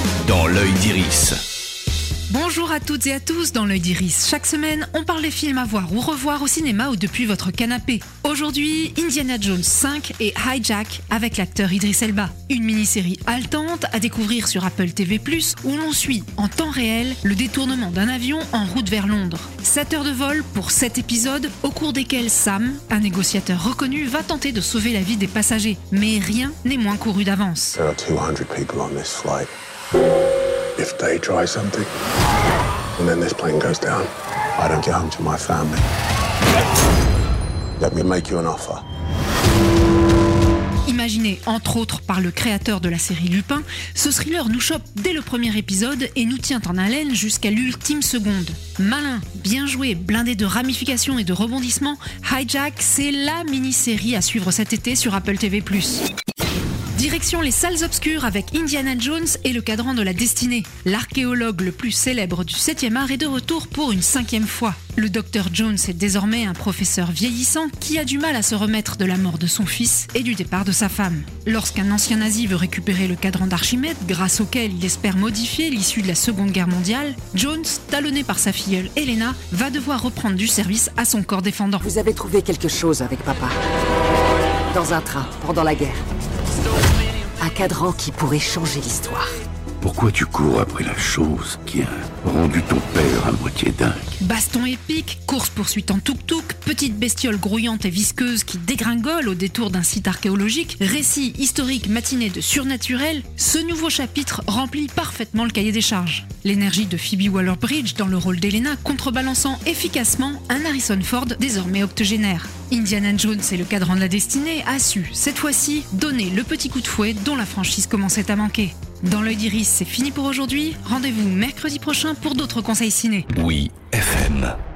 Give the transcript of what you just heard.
dans l'œil d'Iris. Bonjour à toutes et à tous dans l'œil d'Iris. Chaque semaine, on parle des films à voir ou revoir au cinéma ou depuis votre canapé. Aujourd'hui, Indiana Jones 5 et Hijack avec l'acteur Idris Elba. Une mini-série haletante à découvrir sur Apple TV+, où l'on suit en temps réel le détournement d'un avion en route vers Londres. 7 heures de vol pour 7 épisodes, au cours desquels Sam, un négociateur reconnu, va tenter de sauver la vie des passagers. Mais rien n'est moins couru d'avance. There are 200 people on this flight. If they try something, and then this plane goes down, I don't get home to my family. Let me make you an offer. Imaginé entre autres par le créateur de la série Lupin, ce thriller nous chope dès le premier épisode et nous tient en haleine jusqu'à l'ultime seconde. Malin, bien joué, blindé de ramifications et de rebondissements, Hijack, c'est la mini-série à suivre cet été sur Apple TV+. Direction les salles obscures avec Indiana Jones et le cadran de la destinée. L'archéologue le plus célèbre du 7e art est de retour pour une 5e fois. Le docteur Jones est désormais un professeur vieillissant qui a du mal à se remettre de la mort de son fils et du départ de sa femme. Lorsqu'un ancien nazi veut récupérer le cadran d'Archimède, grâce auquel il espère modifier l'issue de la Seconde Guerre mondiale, Jones, talonné par sa filleule Helena, va devoir reprendre du service à son corps défendant. Vous avez trouvé quelque chose avec papa. Dans un train, pendant la guerre. Un cadran qui pourrait changer l'histoire. Pourquoi tu cours après la chose qui a rendu ton père à moitié dingue? Baston épique, course-poursuite en tuk-tuk, petite bestiole grouillante et visqueuse qui dégringole au détour d'un site archéologique, récit historique matiné de surnaturel, ce nouveau chapitre remplit parfaitement le cahier des charges. L'énergie de Phoebe Waller-Bridge dans le rôle d'Helena contrebalançant efficacement un Harrison Ford désormais octogénaire. Indiana Jones et le cadran de la destinée a su, cette fois-ci, donner le petit coup de fouet dont la franchise commençait à manquer. Dans l'œil d'Iris, c'est fini pour aujourd'hui. Rendez-vous mercredi prochain pour d'autres conseils ciné. Oui, FM.